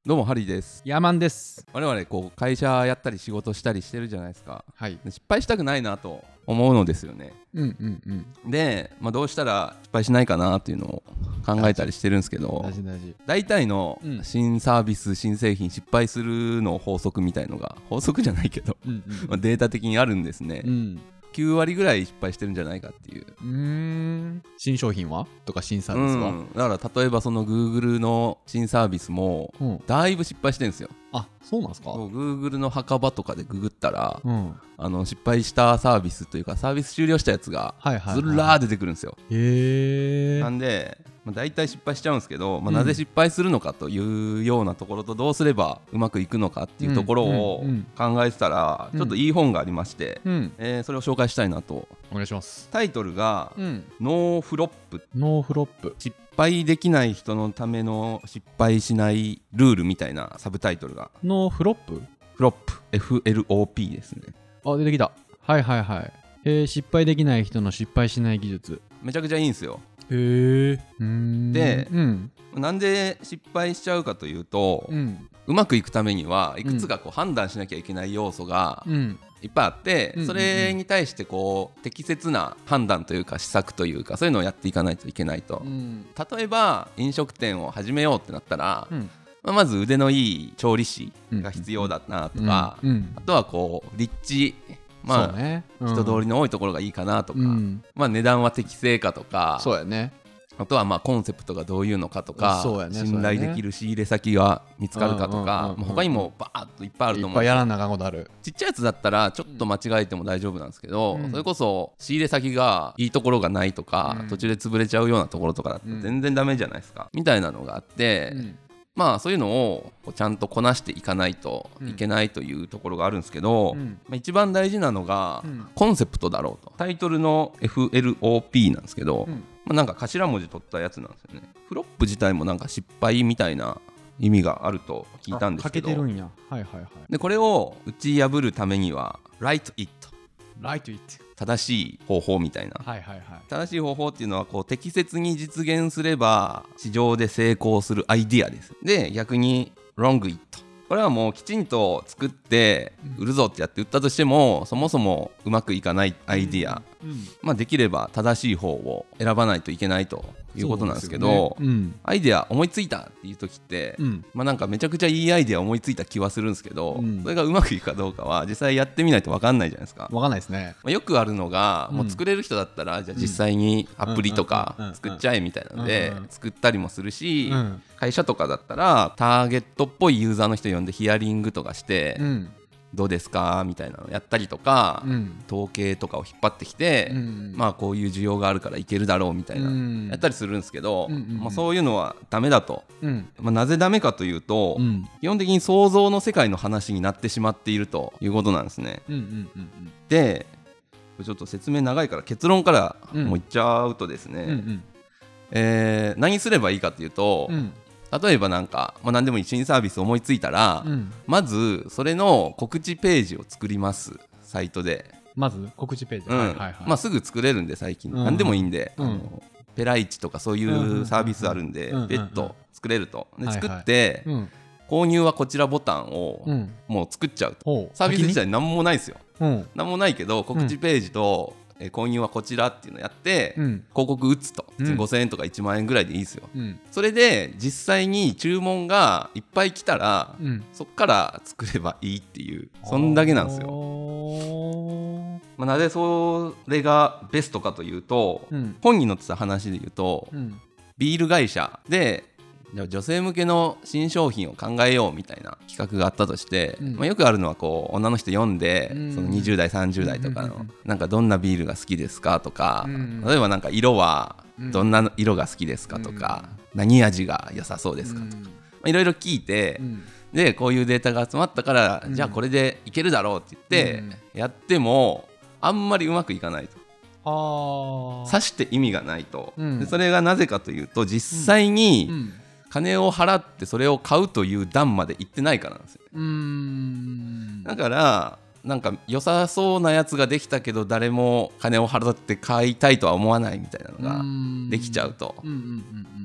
どうもハリーです。 ヤーマンです。 我々こう会社やったり仕事したりしてるじゃないですか。 はい。 で失敗したくないなと思うのですよね。で、どうしたら失敗しないかなっていうのを考えたりしてるんですけど、 大事。 大体の新サービス、新製品失敗するの法則みたいのが、法則じゃないけど、データ的にあるんですね。9割ぐらい失敗してるんじゃないかっていう。 新商品はとか新サービスは、 だから例えばその Google の新サービスもだいぶ失敗してるんですよ。 あ、そうなんですか。 Google の墓場とかでググったら、失敗したサービスというかサービス終了したやつがずらー出てくるんですよ。なんで大体失敗しちゃうんですけど、なぜ失敗するのかというようなところとどうすればうまくいくのかっていうところを考えてたら、ちょっといい本がありまして、それを紹介したいなと。 お願いします。 タイトルが、ノーフロップ。 ノーフロップ。 失敗できない人のための失敗しないルールみたいなサブタイトルが。 ノーフロップ？ フロップ FLOP ですね。 あ、出てきた。はい。失敗できない人の失敗しない技術。 めちゃくちゃいいんですよ。 で、 なんで失敗しちゃうかというと、うまくいくためにはいくつかこう判断しなきゃいけない要素がいっぱいあって、それに対してこう適切な判断というか施策というかそういうのをやっていかないといけないと。例えば飲食店を始めようってなったら、まず腕のいい調理師が必要だなとか、あとはこう立地、人通りの多いところがいいかなとか、値段は適正かとか、 そうやね。 あとはコンセプトがどういうのかとか、信頼できる仕入れ先が見つかるかとか、他にもバーッといっぱいあると思う。 いっぱいやらなあかんことある。 ちっちゃいやつだったらちょっと間違えても大丈夫なんですけど、それこそ仕入れ先がいいところがないとか、途中で潰れちゃうようなところとかだと全然ダメじゃないですか、みたいなのがあって、そういうのをちゃんとこなしていかないといけないというところがあるんですけど、一番大事なのがコンセプトだろうと。タイトルの FLOP なんですけど、なんか頭文字取ったやつなんですよね。フロップ自体もなんか失敗みたいな意味があると聞いたんですけど、 かけてるんや。 でこれを打ち破るためには Write it 正しい方法みたいな、正しい方法っていうのはこう適切に実現すれば市場で成功するアイディアです。で逆に Wrong it、 これはもうきちんと作って売るぞってやって売ったとしても、そもそもうまくいかないアイディア、できれば正しい方を選ばないといけないということなんですけど、アイデア思いついたっていう時って、なんかめちゃくちゃいいアイデア思いついた気はするんですけど、それがうまくいくかどうかは実際やってみないと分かんないじゃないですか。 分かんないですね。 よくあるのが、もう作れる人だったらじゃあ実際にアプリとか作っちゃえみたいなので作ったりもするし、会社とかだったらターゲットっぽいユーザーの人呼んでヒアリングとかして、どうですかみたいなのをやったりとか、統計とかを引っ張ってきて、こういう需要があるからいけるだろうみたいな、やったりするんですけど、そういうのはダメだと。なぜダメかというと、基本的に想像の世界の話になってしまっているということなんですね。でちょっと説明長いから結論からもう言っちゃうとですね、何すればいいかというと、例えばなんか、何でもいい新サービス思いついたら、まずそれの告知ページを作ります。サイトでまず告知ページ、 すぐ作れるんで最近、何でもいいんで、ペライチとかそういうサービスあるんで、別途作れると。で作って、購入はこちらボタンをもう作っちゃうと。サービス自体何もないですよ。何もないけど告知ページと購入はこちらっていうのをやって、広告打つと5000円とか1万円ぐらいでいいですよ。それで実際に注文がいっぱい来たら、そっから作ればいいっていう、そんだけなんですよ。なぜそれがベストかというと、本に載ってた話で言うと、ビール会社で女性向けの新商品を考えようみたいな企画があったとして、よくあるのはこう女の人読んで、その20代30代とかのなんかどんなビールが好きですかとか、例えばなんか色はどんな色が好きですかとか、何味が良さそうですかとか、いろいろ聞いて、でこういうデータが集まったから、じゃあこれでいけるだろうって言ってやってもあんまりうまくいかないと。さして意味がないと。でそれがなぜかというと、実際に金を払ってそれを買うという段まで行ってないからなんですよ。だからなんか良さそうなやつができたけど誰も金を払って買いたいとは思わないみたいなのができちゃうと。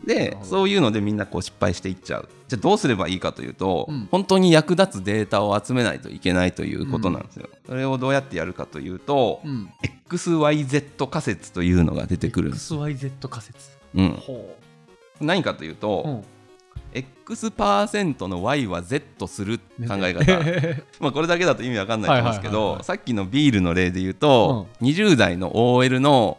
でそういうのでみんなこう失敗していっちゃう。じゃあどうすればいいかというと、本当に役立つデータを集めないといけないということなんですよ。それをどうやってやるかというと、XYZ 仮説というのが出てくるんです。 XYZ 仮説、 何かというと、X% の Y は Z する考え方まあこれだけだと意味わかんないと思うんですけど、さっきのビールの例で言うと、20代の OL の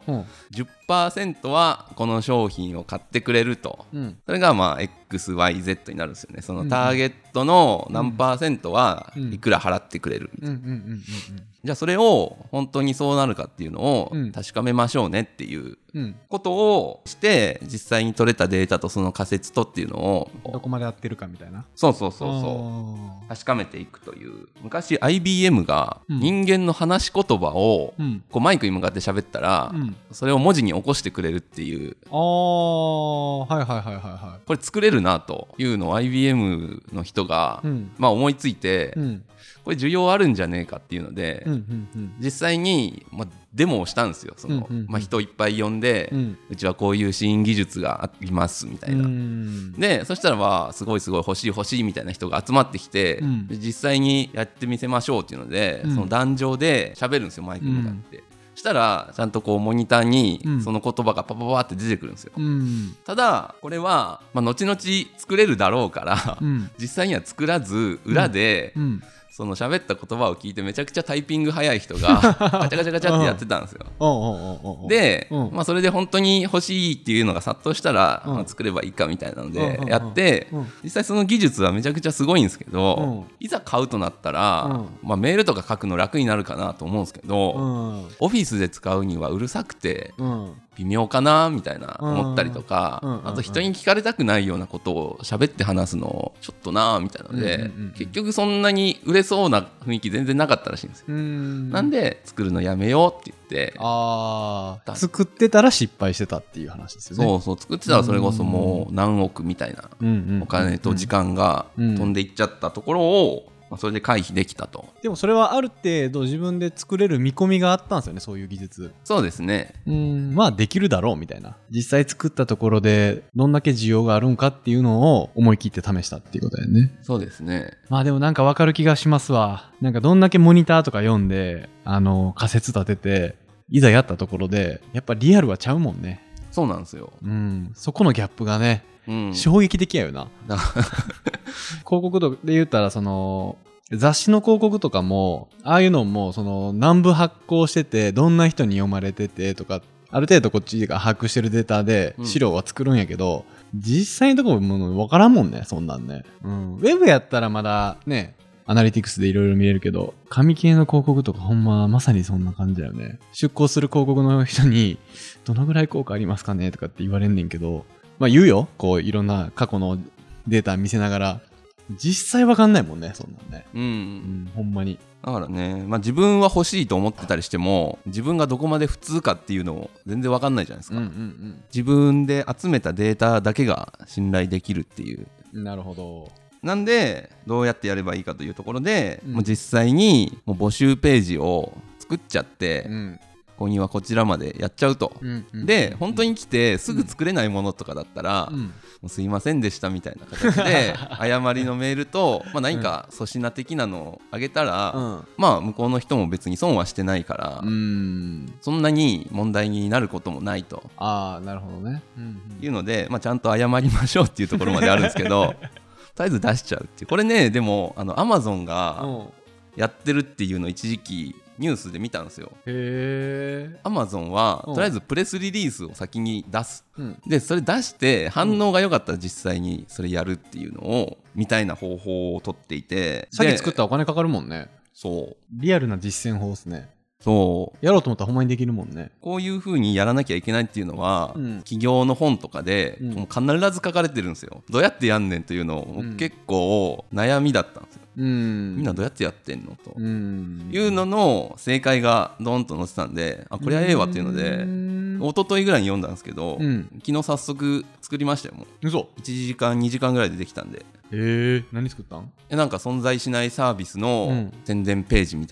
10% はこの商品を買ってくれると、それがまあ XYZ になるんですよね。そのターゲットの何%はいくら払ってくれるみたいな。じゃあそれを本当にそうなるかっていうのを確かめましょうねっていうことをして、実際に取れたデータとその仮説とっていうのをどこまで合ってるかみたいな、 そう確かめていくという。昔 IBM が人間の話し言葉をこうマイクに向かって喋ったら、それを文字に起こしてくれるっていう、これ作れるなというのを IBM の人がまあ思いついて、これ需要あるんじゃねえかっていうので、実際にまあデモをしたんですよ。そのまあ人いっぱい呼んで、うちはこういうシーン技術がありますみたいな。でそしたらまあすごい欲しいみたいな人が集まってきて、実際にやってみせましょうっていうので、その壇上で喋るんですよ、マイクに向かって。したらちゃんとこうモニターにその言葉がパパパって出てくるんですよ。ただこれはまあ後々作れるだろうから、実際には作らず裏でその喋った言葉を聞いてめちゃくちゃタイピング早い人がガチャガチャガチャってやってたんですよ。で、まあ、それで本当に欲しいっていうのが殺到したら、まあ、作ればいいかみたいなのでやって、実際その技術はめちゃくちゃすごいんですけど、いざ買うとなったら、まあ、メールとか書くの楽になるかなと思うんですけど、オフィスで使うにはうるさくて微妙かなみたいな思ったりとか、あと人に聞かれたくないようなことを喋って話すのちょっとなみたいなので、結局そんなに売れそうな雰囲気全然なかったらしいんですよ。なんで作るのやめようって言って、 作ってたら失敗してたっていう話ですよね。 そう作ってたらそれこそもう何億みたいなお金と時間が飛んでいっちゃったところをそれで回避できたと。 でもそれはある程度自分で作れる見込みがあったんですよね、そういう技術。 そうですね。 まあできるだろうみたいな。実際作ったところでどんだけ需要があるんかっていうのを思い切って試したっていうことだよね。 そうですね。 まあでもなんか分かる気がしますわ。なんかどんだけモニターとか読んで仮説立てていざやったところでやっぱリアルはちゃうもんね。 そうなんですよ。 そこのギャップがね、衝撃的やよな。広告で言ったらその雑誌の広告とかもああいうのもその何部発行しててどんな人に読まれててとかある程度こっちが把握してるデータで資料は作るんやけど、実際のところも分からんもんね、そんなんね。ウェブやったらまだねアナリティクスでいろいろ見れるけど、紙系の広告とかほんままさにそんな感じだよね。出稿する広告の人にどのぐらい効果ありますかねとかって言われんねんけど、まあ言うよ、こういろんな過去のデータ見せながら、実際わかんないもんね、そんなんね。ほんまに。 だからね、まあ、自分は欲しいと思ってたりしても自分がどこまで普通かっていうのを全然わかんないじゃないですか。自分で集めたデータだけが信頼できるっていう。 なるほど。 なんでどうやってやればいいかというところで、もう実際にもう募集ページを作っちゃって、購入はこちらまでやっちゃうと。で本当に来てすぐ作れないものとかだったら、もうすいませんでしたみたいな形で誤りのメールと、まあ、何か粗品的なのをあげたら、まあ向こうの人も別に損はしてないから、そんなに問題になることもないと。 なるほどね。 いうので、まあ、ちゃんと謝りましょうっていうところまであるんですけどとりあえず出しちゃうっていう。これね、でもAmazon がやってるっていうのを一時期ニュースで見たんですよ。Amazon はとりあえずプレスリリースを先に出す、でそれ出して反応が良かったら実際にそれやるっていうのをみたいな方法を取っていて、 さっき作ったらお金かかるもんね。 そうリアルな実践法ですね。 そうやろうと思ったらほんまにできるもんね。 こういう風にやらなきゃいけないっていうのは、企業の本とかで、もう必ず書かれてるんですよ。どうやってやんねんというのを、結構悩みだったんですよ。みんなどうやってやってんのと、いうのの正解がドンと載ってたんで、これはええわっていうので一昨日ぐらいに読んだんですけど、昨日早速作りましたよ。もう1時間2時間ぐらいでできたんで。 何作ったん？ なんか存在しないサービスの宣伝ページみたいな。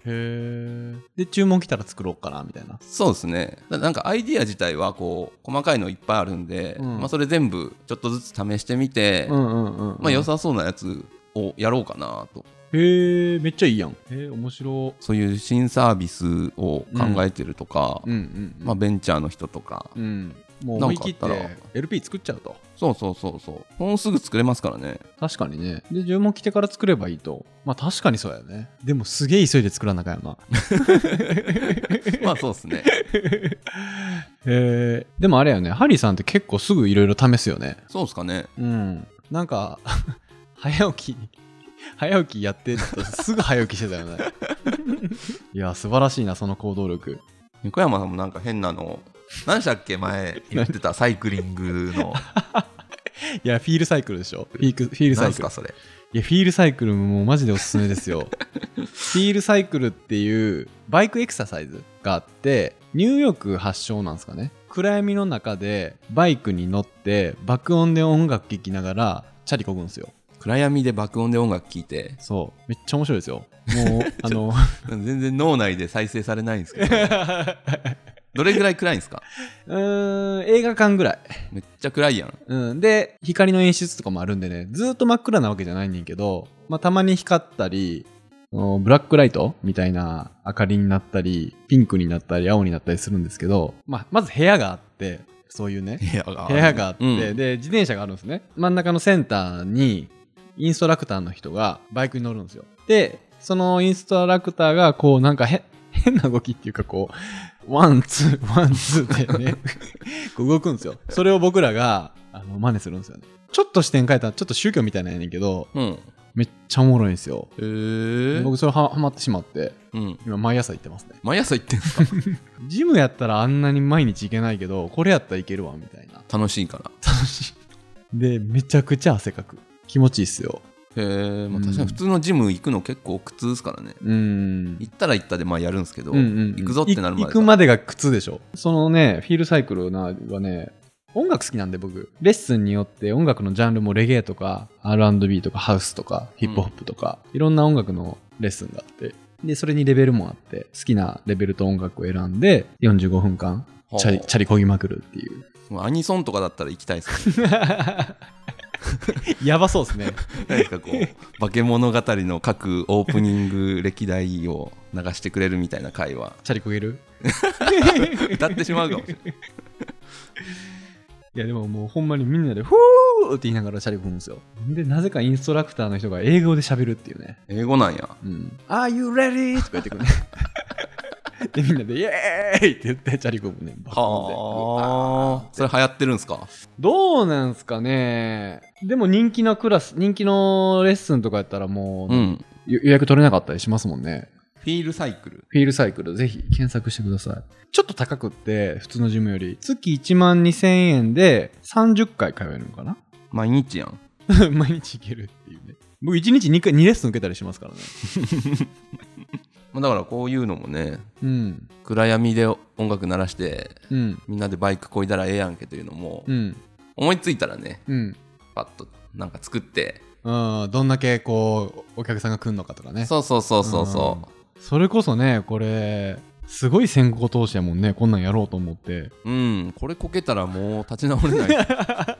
へえ。で注文来たら作ろうかなみたいな。 そうですね。なんかアイディア自体はこう細かいのいっぱいあるんで、それ全部ちょっとずつ試してみて、良さそうなやつをやろうかなと。 へえ、めっちゃいいやん。面白。 そういう新サービスを考えてるとか、ベンチャーの人とか、 もう思い切って LP 作っちゃうと。 そうもうすぐ作れますからね。 確かにね。で注文来てから作ればいいと。確かにそうやね。でもすげえ急いで作らなあかんよな。 そうですね。 でもあれやね、ハリーさんって結構すぐいろいろ試すよね。 そうですかね。 なんか早起きやってるとすぐ早起きしてたよね。いや素晴らしいな、その行動力。 横山さんもなんか変なの何でしたっけ、前言ってたサイクリングの。 いやフィールサイクルでしょ。フィールサイクル。 何すかそれ。 いやフィールサイクルもマジでおすすめですよ。フィールサイクルっていうバイクエクササイズがあって、ニューヨーク発祥なんですかね。暗闇の中でバイクに乗って爆音で音楽聴きながらチャリこぐんですよ。 暗闇で爆音で音楽聴いて。 そうめっちゃ面白いですよ。もう全然脳内で再生されないんですけど。どれぐらい暗いんですか？ 映画館ぐらい。 めっちゃ暗いやん。で光の演出とかもあるんでね、ずっと真っ暗なわけじゃないねんけど、たまに光ったり、ブラックライトみたいな明かりになったり、ピンクになったり青になったりするんですけど、まず部屋があって、そういうね部屋があって、で自転車があるんですね。真ん中のセンターにインストラクターの人がバイクに乗るんですよ。でそのインストラクターがこうなんか変な動きっていうか、こうワンツーってねこう動くんですよ。それを僕らが真似するんですよね。ちょっと視点変えたらちょっと宗教みたいなんやねんけど、めっちゃおもろいんですよ。僕それハマってしまって、今毎朝行ってますね。 毎朝行ってんすか？ ジムやったらあんなに毎日行けないけど、これやったらいけるわみたいな。 楽しいから。 楽しい。でめちゃくちゃ汗かく。気持ちいいっすよ。 確かに普通のジム行くの結構苦痛ですからね。行ったら行ったでやるんですけど、行くぞってなるまで。 行くまでが苦痛でしょ。そのねフィールサイクルはね、音楽好きなんで僕、レッスンによって音楽のジャンルもレゲエとか R&B とかハウスとかヒップホップとか、いろんな音楽のレッスンがあって、でそれにレベルもあって、好きなレベルと音楽を選んで45分間チャリこぎまくるっていう。 アニソンとかだったら行きたいですね。 やばそうですね。 何かこう化け物語の各オープニング歴代を流してくれるみたいな回はチャリこげる歌ってしまうかもしれない。 いやでももうほんまにみんなでフーって言いながらチャリこぐんですよ。でなぜかインストラクターの人が英語で喋るっていうね。 英語なんや。 Are you ready? とか言ってくるね。でみんなでイエーイって言ってチャリこぐね。 はあ。それ流行ってるんすか？ どうなんすかね。でも人気のレッスンとかやったらもう、予約取れなかったりしますもんね。 フィールサイクル。 フィールサイクルぜひ検索してください。ちょっと高くって普通のジムより月12,000円で30回通えるのかな。 毎日やん。 毎日行けるっていうね。僕1日2レッスン受けたりしますからね。 だからこういうのもね、暗闇で音楽鳴らして、みんなでバイクこいだらええやんけというのも、思いついたらね、パッとなんか作って、 どんだけこうお客さんが来るのかとかね。 そう。 それこそね、これすごい先行投資やもんね。こんなんやろうと思って。 これこけたらもう立ち直れない。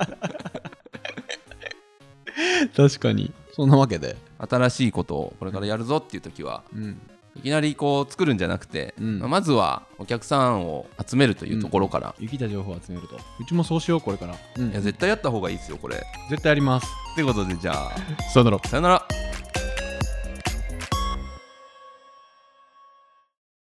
確かに。そんなわけで新しいことをこれからやるぞっていう時は、いきなりこう作るんじゃなくて、まずはお客さんを集めるというところから、 生きた情報を集めると。うちもそうしようこれから。 いや絶対やった方がいいですよこれ。 絶対やります。 ということでじゃあさよなら。 さよなら。